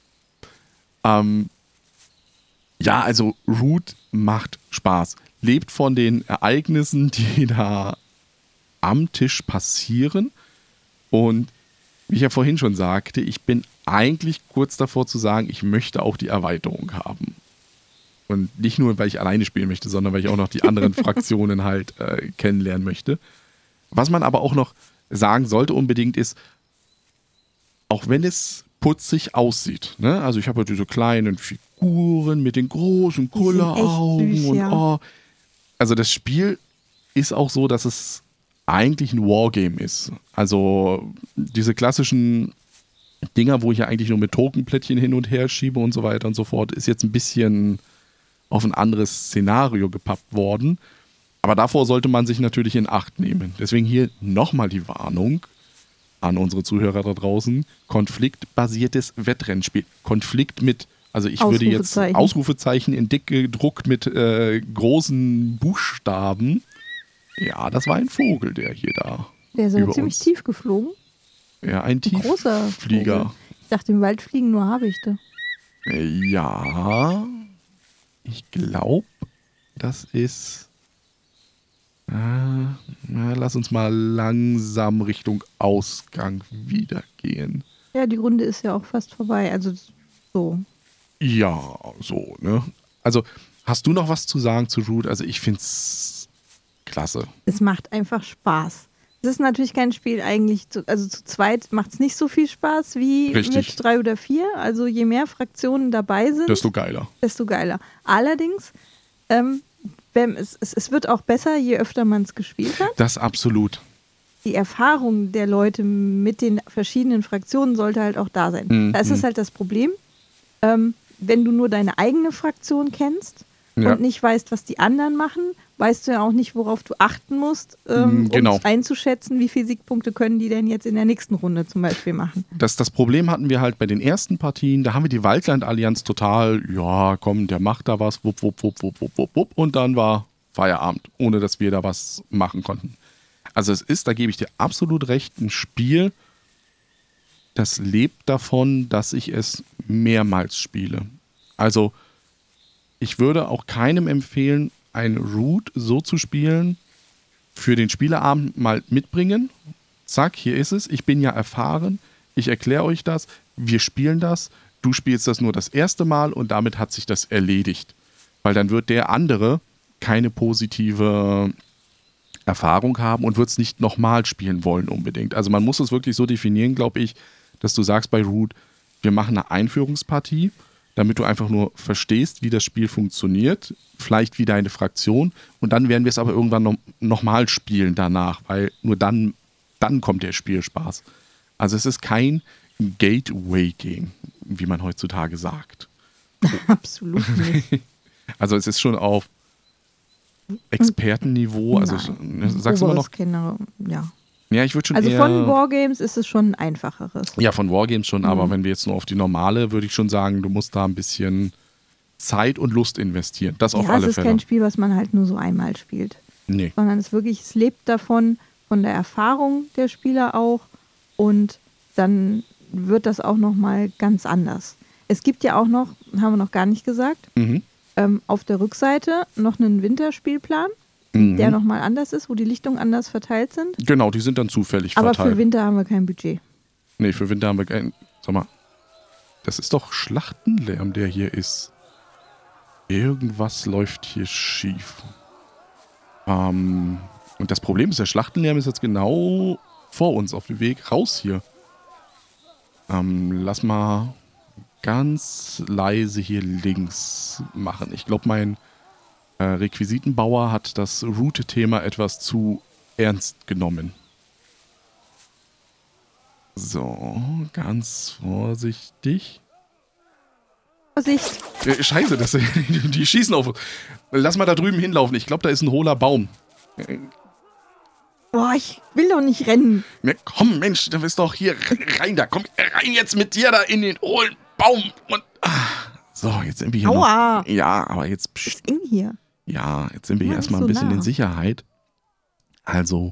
Ja, also Root macht Spaß. Lebt von den Ereignissen, die da am Tisch passieren. Und wie ich ja vorhin schon sagte, ich bin eigentlich kurz davor zu sagen, ich möchte auch die Erweiterung haben. Und nicht nur, weil ich alleine spielen möchte, sondern weil ich auch noch die anderen Fraktionen halt kennenlernen möchte. Was man aber auch noch sagen sollte unbedingt ist, auch wenn es putzig aussieht, ne? Also ich habe ja diese kleinen Figuren mit den großen Kulleraugen und ja. Also das Spiel ist auch so, dass es eigentlich ein Wargame ist. Also diese klassischen Dinger, wo ich ja eigentlich nur mit Tokenplättchen hin und her schiebe und so weiter und so fort, ist jetzt ein bisschen auf ein anderes Szenario gepappt worden. Aber davor sollte man sich natürlich in Acht nehmen. Deswegen hier nochmal die Warnung an unsere Zuhörer da draußen. Konfliktbasiertes Wettrennspiel. Konflikt mit, also ich würde jetzt Ausrufezeichen in dick gedruckt mit großen Buchstaben. Ja, das war ein Vogel, der hier da. Der ist aber ziemlich tief geflogen. Ja, ein großer Tiefflieger. Vogel. Ich dachte, im Wald fliegen nur Habichte. Ja, ich glaube, das ist. Lass uns mal langsam Richtung Ausgang wieder gehen. Ja, die Runde ist ja auch fast vorbei. Also so. Ja, so, ne? Also, hast du noch was zu sagen zu Root? Also, ich finde es klasse. Es macht einfach Spaß. Es ist natürlich kein Spiel eigentlich, zu zweit macht es nicht so viel Spaß wie mit 3 oder 4. Also je mehr Fraktionen dabei sind, desto geiler. Allerdings, es wird auch besser, je öfter man es gespielt hat. Das absolut. Die Erfahrung der Leute mit den verschiedenen Fraktionen sollte halt auch da sein. Da ist es halt das Problem, wenn du nur deine eigene Fraktion kennst und nicht weißt, was die anderen machen, weißt du ja auch nicht, worauf du achten musst, um einzuschätzen, wie viele Siegpunkte können die denn jetzt in der nächsten Runde zum Beispiel machen. Das Problem hatten wir halt bei den ersten Partien, da haben wir die Waldland-Allianz total, ja komm, der macht da was, wupp, wupp, wupp, wupp, wupp, wupp, und dann war Feierabend, ohne dass wir da was machen konnten. Also es ist, da gebe ich dir absolut recht, ein Spiel, das lebt davon, dass ich es mehrmals spiele. Also ich würde auch keinem empfehlen, ein Root so zu spielen, für den Spieleabend mal mitbringen. Zack, hier ist es. Ich bin ja erfahren. Ich erkläre euch das. Wir spielen das. Du spielst das nur das erste Mal und damit hat sich das erledigt. Weil dann wird der andere keine positive Erfahrung haben und wird es nicht nochmal spielen wollen unbedingt. Also man muss es wirklich so definieren, glaube ich, dass du sagst bei Root, wir machen eine Einführungspartie, damit du einfach nur verstehst, wie das Spiel funktioniert, vielleicht wie deine Fraktion und dann werden wir es aber irgendwann nochmal spielen danach, weil nur dann kommt der Spielspaß. Also es ist kein Gateway-Game, wie man heutzutage sagt. Absolut nicht. Also es ist schon auf Expertenniveau. Also sagst du immer noch? Ja. Ja, ich würde schon also eher, von Wargames ist es schon ein einfacheres. Ja, von Wargames schon, aber wenn wir jetzt nur auf die normale, würde ich schon sagen, du musst da ein bisschen Zeit und Lust investieren. Das auf alle Fälle. Es ist kein Spiel, was man halt nur so einmal spielt. Nee. Sondern es lebt davon, von der Erfahrung der Spieler auch und dann wird das auch nochmal ganz anders. Es gibt ja auch noch, haben wir noch gar nicht gesagt, auf der Rückseite noch einen Winterspielplan, der nochmal anders ist, wo die Lichtungen anders verteilt sind. Genau, die sind dann zufällig verteilt. Aber für Winter haben wir kein Budget. Nee, für Winter haben wir kein... Sag mal, das ist doch Schlachtenlärm, der hier ist. Irgendwas läuft hier schief. Und das Problem ist, der Schlachtenlärm ist jetzt genau vor uns, auf dem Weg raus hier. Lass mal ganz leise hier links machen. Ich glaube, mein Requisitenbauer hat das Route-Thema etwas zu ernst genommen. So, ganz vorsichtig. Vorsicht! Scheiße, die schießen auf uns. Lass mal da drüben hinlaufen. Ich glaube, da ist ein hohler Baum. Boah, ich will doch nicht rennen. Ja, komm, Mensch, du bist doch hier rein da. Komm rein jetzt mit dir da in den hohlen Baum. Und, so, jetzt sind wir hier Aua! noch. Ja, aber jetzt... Ist eng hier. Ja, jetzt sind wir hier Ja, erstmal so ein bisschen nah. in Sicherheit. Also,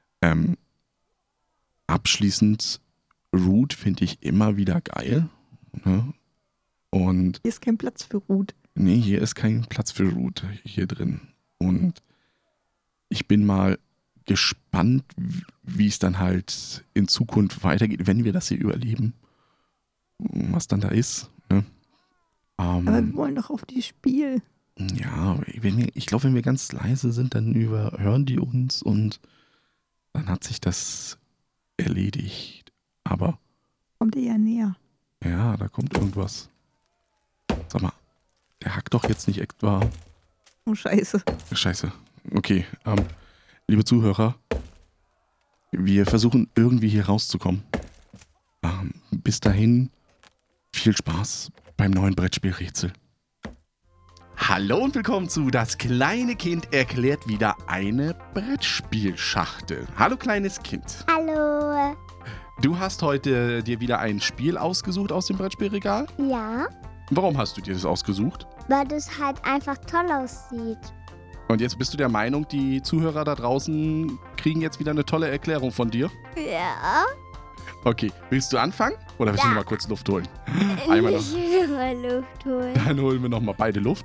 abschließend, Root finde ich immer wieder geil. Ne? Und Hier ist kein Platz für Ruth. nee, hier ist kein Platz für Root hier drin. Und ich bin mal gespannt, wie es dann halt in Zukunft weitergeht, wenn wir das hier überleben. Was dann da ist. Ne? Aber wir wollen doch auf die Spiel. Ja, ich glaube, wenn wir ganz leise sind, dann hören die uns und dann hat sich das erledigt. Aber Kommt ihr ja näher. ja, da kommt irgendwas. Sag mal, der hackt doch jetzt nicht etwa... Oh, scheiße. Scheiße. Okay, liebe Zuhörer, wir versuchen irgendwie hier rauszukommen. Bis dahin, viel Spaß beim neuen Brettspielrätsel. Hallo und willkommen zu Das kleine Kind erklärt wieder eine Brettspielschachtel. Hallo kleines Kind. Hallo. Du hast heute dir wieder ein Spiel ausgesucht aus dem Brettspielregal. Ja, Warum hast du dir das ausgesucht? weil das halt einfach toll aussieht. Und jetzt bist du der Meinung, die Zuhörer da draußen kriegen jetzt wieder eine tolle Erklärung von dir? Ja. Okay, willst du anfangen? Oder willst du noch mal kurz Luft holen? Einmal noch. Ich will mal Luft holen. Dann holen wir noch mal beide Luft.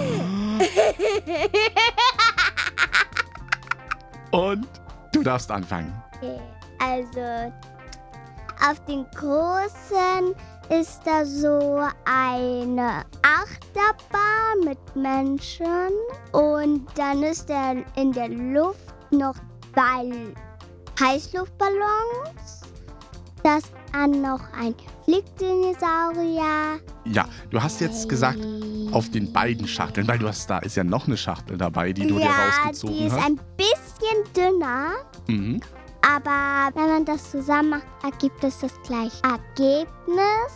Und du darfst anfangen. Okay. Also, auf den großen ist da so eine Achterbahn mit Menschen. Und dann ist da in der Luft noch 2 Heißluftballons. Das dann noch ein Fliegdinosaurier. Ja, du hast jetzt gesagt, auf den beiden Schachteln, weil da ist ja noch eine Schachtel dabei, die du dir rausgezogen die ist hast. ein bisschen dünner. Mhm. Aber wenn man das zusammen macht, ergibt es das gleiche Ergebnis.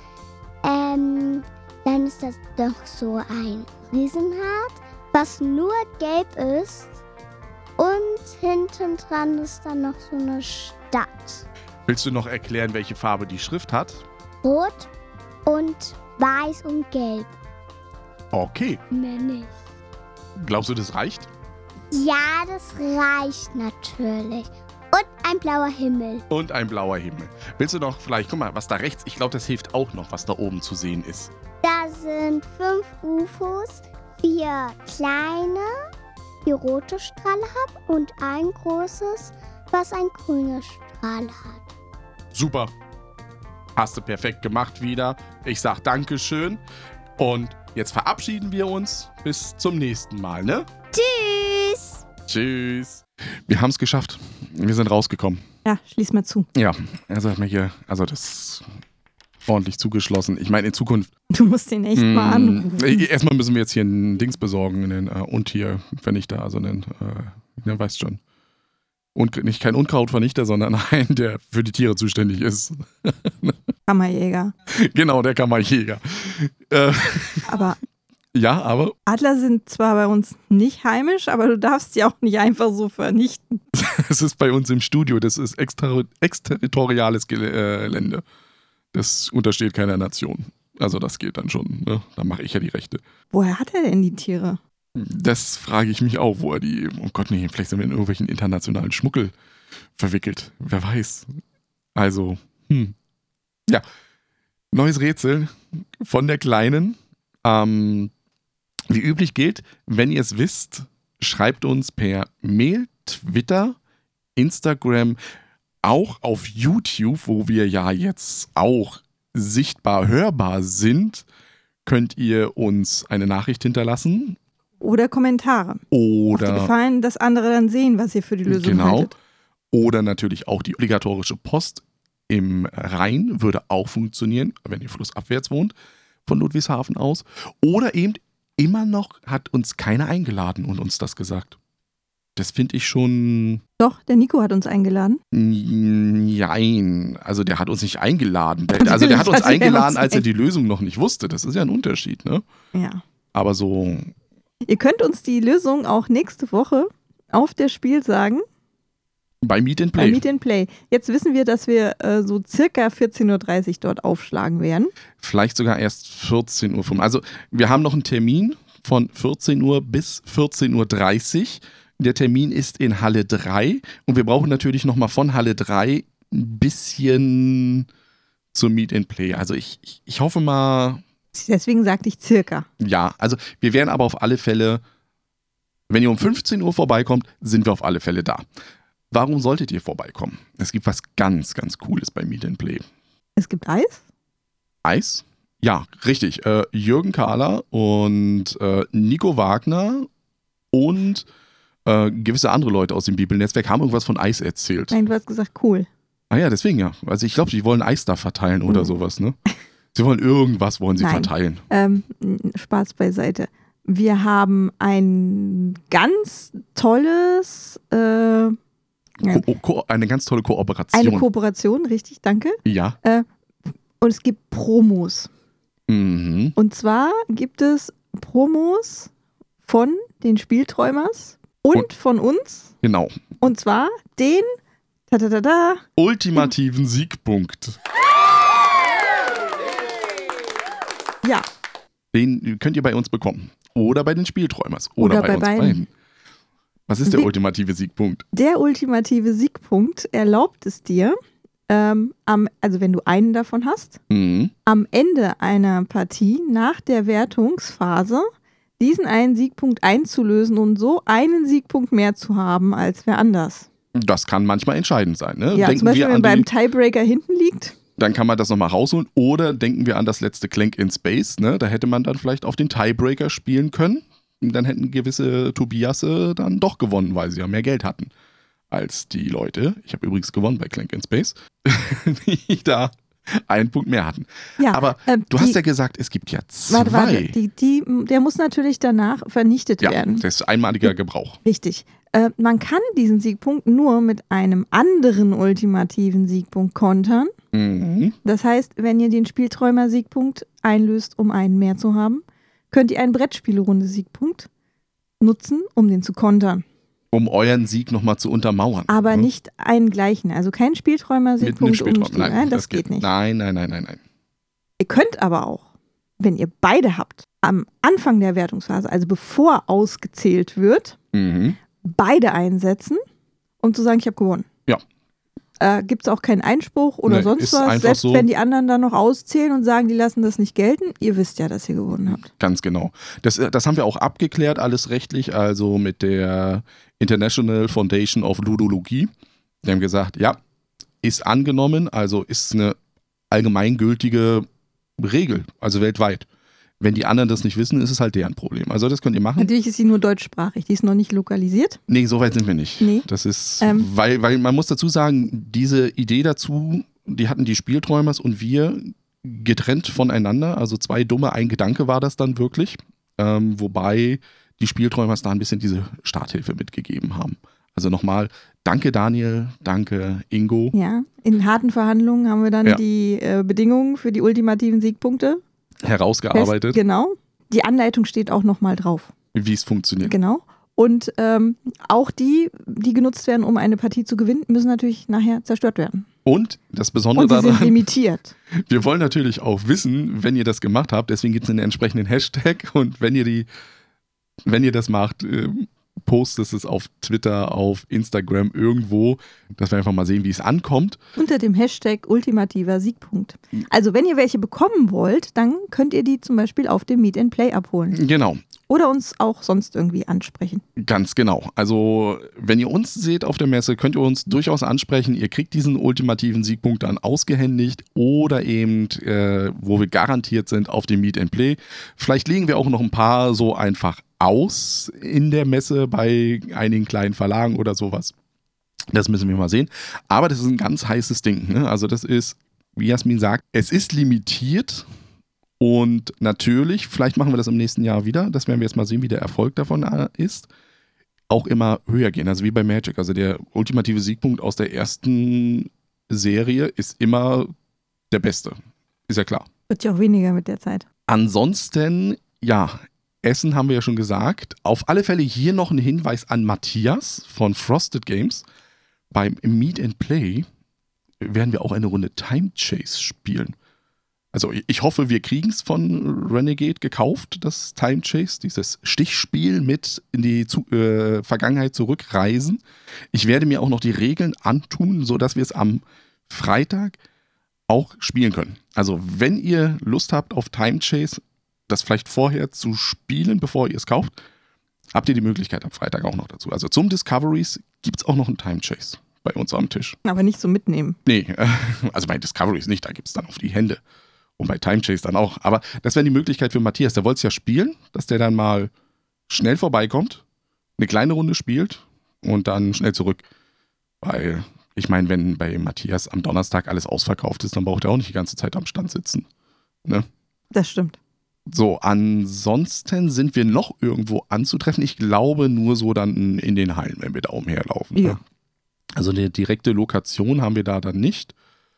Dann ist das doch so ein Riesenrad, was nur gelb ist. Und hinten dran ist dann noch so eine Stadt. Willst du noch erklären, welche Farbe die Schrift hat? Rot und weiß und gelb. Okay. Mehr nicht. Glaubst du, das reicht? Ja, das reicht natürlich. Und ein blauer Himmel. Und ein blauer Himmel. Willst du noch vielleicht, guck mal, was da rechts, ich glaube, das hilft auch noch, was da oben zu sehen ist. Da sind 5 UFOs, 4 kleine, die rote Strahle haben und ein großes, was ein grüner Strahl hat. Super. Hast du perfekt gemacht wieder. Ich sag Dankeschön. Und jetzt verabschieden wir uns. Bis zum nächsten Mal, ne? Tschüss! Tschüss. Wir haben es geschafft. Wir sind rausgekommen. Ja, schließ mal zu. Ja, also hat mir hier, also das ordentlich zugeschlossen. Ich meine, in Zukunft. Du musst den echt mal anrufen. Erstmal müssen wir jetzt hier ein Dings besorgen, einen Untiervernichter, also einen, weißt schon. Und nicht kein Unkrautvernichter, sondern einen, der für die Tiere zuständig ist. Kammerjäger. Genau, der Kammerjäger. Aber ja, aber Adler sind zwar bei uns nicht heimisch, aber du darfst die auch nicht einfach so vernichten. es ist bei uns im Studio, das ist exterritoriales Gelände. Das untersteht keiner Nation. Also das geht dann schon, ne? Da mache ich ja die Rechte. Woher hat er denn die Tiere? Das frage ich mich auch, wo er die, oh Gott, nee, vielleicht sind wir in irgendwelchen internationalen Schmuggel verwickelt. Wer weiß. Also, Ja, neues Rätsel von der Kleinen. Wie üblich gilt, wenn ihr es wisst, schreibt uns per Mail, Twitter, Instagram, auch auf YouTube, wo wir ja jetzt auch sichtbar hörbar sind, könnt ihr uns eine Nachricht hinterlassen. Oder Kommentare. Oder auf die Gefallen, dass andere dann sehen, was ihr für die Lösung haltet. Oder natürlich auch die obligatorische Post im Rhein würde auch funktionieren, wenn ihr flussabwärts wohnt, von Ludwigshafen aus. Oder eben immer noch hat uns keiner eingeladen und uns das gesagt. Das finde ich schon... Doch, der Nico hat uns eingeladen. Nein, also der hat uns nicht eingeladen. Also der hat uns eingeladen, als er die Lösung noch nicht wusste. Das ist ja ein Unterschied, ne? Ja. Aber so... Ihr könnt uns die Lösung auch nächste Woche auf der Spiel sagen. Bei Meet and Play. Bei Meet and Play. Jetzt wissen wir, dass wir so circa 14.30 Uhr dort aufschlagen werden. Vielleicht sogar erst 14.05 Uhr. Also wir haben noch einen Termin von 14 Uhr bis 14.30 Uhr. Der Termin ist in Halle 3 und wir brauchen natürlich nochmal von Halle 3 ein bisschen zum Meet and Play. Also ich hoffe mal... Deswegen sagte ich circa. Ja, also wir werden aber auf alle Fälle, wenn ihr um 15 Uhr vorbeikommt, sind wir auf alle Fälle da. Warum solltet ihr vorbeikommen? Es gibt was ganz, ganz Cooles bei Meet and Play. Es gibt Eis? Eis? Ja, richtig. Jürgen Kahler und Nico Wagner und gewisse andere Leute aus dem Bibelnetzwerk haben irgendwas von Eis erzählt. Nein, du hast gesagt cool. Ah ja, deswegen ja. Also ich glaube, die wollen Eis da verteilen oder sowas, ne? Sie wollen irgendwas, wollen sie verteilen. Spaß beiseite. Wir haben ein ganz tolles... eine ganz tolle Kooperation. Eine Kooperation, richtig, danke. Ja. Und es gibt Promos. Mhm. Und zwar gibt es Promos von den Spielträumers und von uns. Genau. Und zwar den ultimativen Siegpunkt. Ja. Den könnt ihr bei uns bekommen. Oder bei den Spielträumers. Oder bei uns beiden. Was ist der ultimative Siegpunkt? Der ultimative Siegpunkt erlaubt es dir, also wenn du einen davon hast, am Ende einer Partie nach der Wertungsphase diesen einen Siegpunkt einzulösen und so einen Siegpunkt mehr zu haben als wer anders. Das kann manchmal entscheidend sein. Ne? Ja, denken zum Beispiel, wir wenn beim Tiebreaker hinten liegt. Dann kann man das nochmal rausholen. Oder denken wir an das letzte Clank in Space. Ne? Da hätte man dann vielleicht auf den Tiebreaker spielen können. Dann hätten gewisse Tobiasse dann doch gewonnen, weil sie ja mehr Geld hatten als die Leute. Ich habe übrigens gewonnen bei Clank in Space. Die da einen Punkt mehr hatten. Ja, aber du hast ja gesagt, es gibt ja zwei. Warte, der muss natürlich danach vernichtet werden. Ja, das ist einmaliger Gebrauch. Richtig. Man kann diesen Siegpunkt nur mit einem anderen ultimativen Siegpunkt kontern. Mhm. Das heißt, wenn ihr den Spielträumer-Siegpunkt einlöst, um einen mehr zu haben, könnt ihr einen Brettspielrunde-Siegpunkt nutzen, um den zu kontern. Um euren Sieg nochmal zu untermauern. Aber nicht einen gleichen. Also kein Spielträumer-Siegpunkt. Nein, das geht nicht. Nein. Ihr könnt aber auch, wenn ihr beide habt, am Anfang der Wertungsphase, also bevor ausgezählt wird, beide einsetzen, um zu sagen, ich habe gewonnen. Ja. Gibt es auch keinen Einspruch oder sonst was. Selbst so, wenn die anderen dann noch auszählen und sagen, die lassen das nicht gelten, ihr wisst ja, dass ihr gewonnen habt. Ganz genau. Das haben wir auch abgeklärt, alles rechtlich, also mit der International Foundation of Ludologie. Die haben gesagt, ja, ist angenommen, also ist eine allgemeingültige Regel, also weltweit. Wenn die anderen das nicht wissen, ist es halt deren Problem. Also das könnt ihr machen. Natürlich ist sie nur deutschsprachig, die ist noch nicht lokalisiert. Nee, so weit sind wir nicht. Nee. Das ist, weil man muss dazu sagen, diese Idee dazu, die hatten die Spielträumers und wir getrennt voneinander, also 2 dumme, ein Gedanke war das dann wirklich, wobei die Spielträumer da ein bisschen diese Starthilfe mitgegeben haben. Also nochmal, danke Daniel, danke Ingo. Ja, in harten Verhandlungen haben wir dann die Bedingungen für die ultimativen Siegpunkte herausgearbeitet. Genau. Die Anleitung steht auch nochmal drauf. Wie es funktioniert. Genau. Und auch die genutzt werden, um eine Partie zu gewinnen, müssen natürlich nachher zerstört werden. Und das Besondere daran, sind limitiert. Wir wollen natürlich auch wissen, wenn ihr das gemacht habt, deswegen gibt es einen entsprechenden Hashtag und wenn ihr das macht, postet es auf Twitter, auf Instagram, irgendwo, dass wir einfach mal sehen, wie es ankommt. Unter dem Hashtag ultimativer Siegpunkt. Also wenn ihr welche bekommen wollt, dann könnt ihr die zum Beispiel auf dem Meet and Play abholen. Genau. Oder uns auch sonst irgendwie ansprechen. Ganz genau. Also wenn ihr uns seht auf der Messe, könnt ihr uns durchaus ansprechen. Ihr kriegt diesen ultimativen Siegpunkt dann ausgehändigt oder eben, wo wir garantiert sind, auf dem Meet and Play. Vielleicht legen wir auch noch ein paar so einfach aus in der Messe bei einigen kleinen Verlagen oder sowas. Das müssen wir mal sehen. Aber das ist ein ganz heißes Ding. Ne? Also das ist, wie Jasmin sagt, es ist limitiert. Und natürlich, vielleicht machen wir das im nächsten Jahr wieder, das werden wir jetzt mal sehen, wie der Erfolg davon ist, auch immer höher gehen, also wie bei Magic. Also der ultimative Siegpunkt aus der ersten Serie ist immer der beste, ist ja klar. Wird ja auch weniger mit der Zeit. Ansonsten, ja, Essen haben wir ja schon gesagt. Auf alle Fälle hier noch ein Hinweis an Matthias von Frosted Games. Beim Meet and Play werden wir auch eine Runde Time Chase spielen. Also ich hoffe, wir kriegen es von Renegade gekauft, das Time Chase, dieses Stichspiel mit in die Vergangenheit zurückreisen. Ich werde mir auch noch die Regeln antun, sodass wir es am Freitag auch spielen können. Also wenn ihr Lust habt auf Time Chase, das vielleicht vorher zu spielen, bevor ihr es kauft, habt ihr die Möglichkeit am Freitag auch noch dazu. Also zum Discoveries gibt es auch noch einen Time Chase bei uns am Tisch. Aber nicht so mitnehmen. Nee, also bei Discoveries nicht, da gibt es dann auf die Hände. Und bei Time Chase dann auch. Aber das wäre die Möglichkeit für Matthias. Der wollte es ja spielen, dass der dann mal schnell vorbeikommt, eine kleine Runde spielt und dann schnell zurück. Weil, ich meine, wenn bei Matthias am Donnerstag alles ausverkauft ist, dann braucht er auch nicht die ganze Zeit am Stand sitzen. Ne? Das stimmt. So, ansonsten sind wir noch irgendwo anzutreffen. Ich glaube nur so dann in den Hallen, wenn wir da umherlaufen. Ja. Ne? Also eine direkte Lokation haben wir da dann nicht.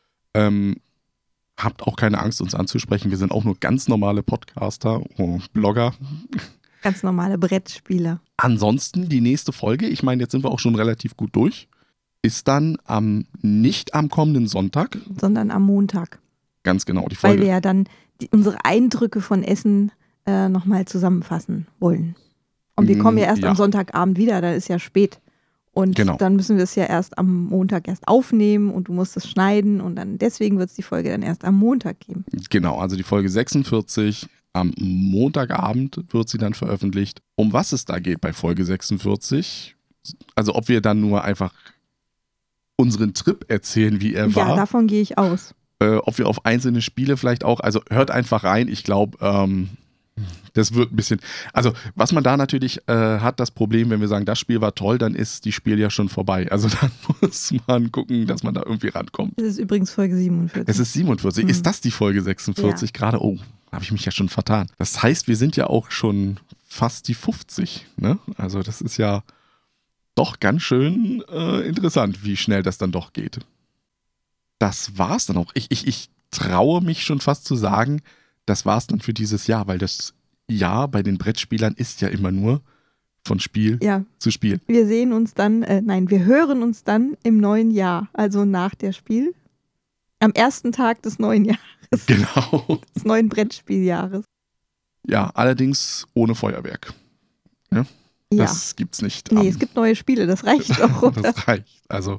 Habt auch keine Angst, uns anzusprechen. Wir sind auch nur ganz normale Podcaster und Blogger. Ganz normale Brettspieler. Ansonsten die nächste Folge, ich meine, jetzt sind wir auch schon relativ gut durch, ist dann nicht am kommenden Sonntag. Sondern am Montag. Ganz genau, die Folge. Weil wir ja dann unsere Eindrücke von Essen nochmal zusammenfassen wollen. Und wir kommen ja erst am Sonntagabend wieder, da ist ja spät. Und dann müssen wir es ja erst am Montag erst aufnehmen und du musst es schneiden und dann deswegen wird es die Folge dann erst am Montag geben. Genau, also die Folge 46, am Montagabend wird sie dann veröffentlicht. Um was es da geht bei Folge 46, also ob wir dann nur einfach unseren Trip erzählen, wie er war. Ja, davon gehe ich aus. Ob wir auf einzelne Spiele vielleicht auch, also hört einfach rein, ich glaube, das wird ein bisschen, also was man da natürlich hat, das Problem, wenn wir sagen, das Spiel war toll, dann ist die Spiel ja schon vorbei. Also dann muss man gucken, dass man da irgendwie rankommt. Das ist übrigens Folge 47. Es ist 47. Ist das die Folge 46 gerade? Oh, habe ich mich ja schon vertan. Das heißt, wir sind ja auch schon fast die 50. Ne? Also das ist ja doch ganz schön interessant, wie schnell das dann doch geht. Das war's dann auch. Ich traue mich schon fast zu sagen, das war's dann für dieses Jahr, weil das Jahr bei den Brettspielern ist ja immer nur von Spiel zu Spiel. Wir sehen uns dann, wir hören uns dann im neuen Jahr, also nach der Spiel, am ersten Tag des neuen Jahres. Genau. Des neuen Brettspieljahres. Ja, allerdings ohne Feuerwerk. Ja? Das gibt's nicht. Nee, es gibt neue Spiele, das reicht doch. Oder? Das reicht. Also,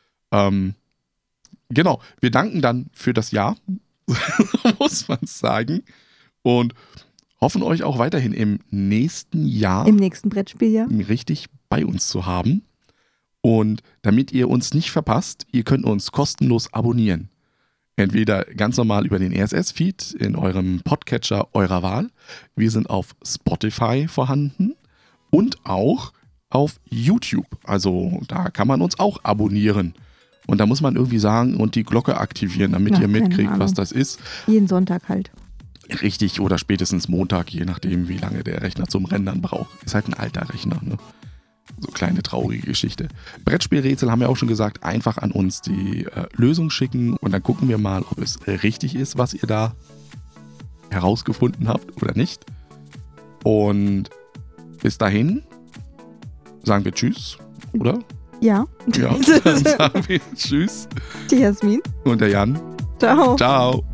genau, wir danken dann für das Jahr, muss man sagen. Und hoffen euch auch weiterhin im nächsten Jahr, im nächsten Brettspieljahr, richtig bei uns zu haben. Und damit ihr uns nicht verpasst, ihr könnt uns kostenlos abonnieren. Entweder ganz normal über den RSS-Feed in eurem Podcatcher eurer Wahl. Wir sind auf Spotify vorhanden und auch auf YouTube. Also da kann man uns auch abonnieren. Und da muss man irgendwie sagen und die Glocke aktivieren, damit Ja, ihr keine mitkriegt, was Ahnung. das ist. Jeden Sonntag halt. Richtig, oder spätestens Montag, je nachdem, wie lange der Rechner zum Rendern braucht. Ist halt ein alter Rechner, ne? So kleine traurige Geschichte. Brettspielrätsel haben wir auch schon gesagt, einfach an uns die Lösung schicken und dann gucken wir mal, ob es richtig ist, was ihr da herausgefunden habt oder nicht. Und bis dahin sagen wir Tschüss, oder? Ja. Ja, dann sagen wir Tschüss. Die Jasmin. Und der Jan. Ciao. Ciao.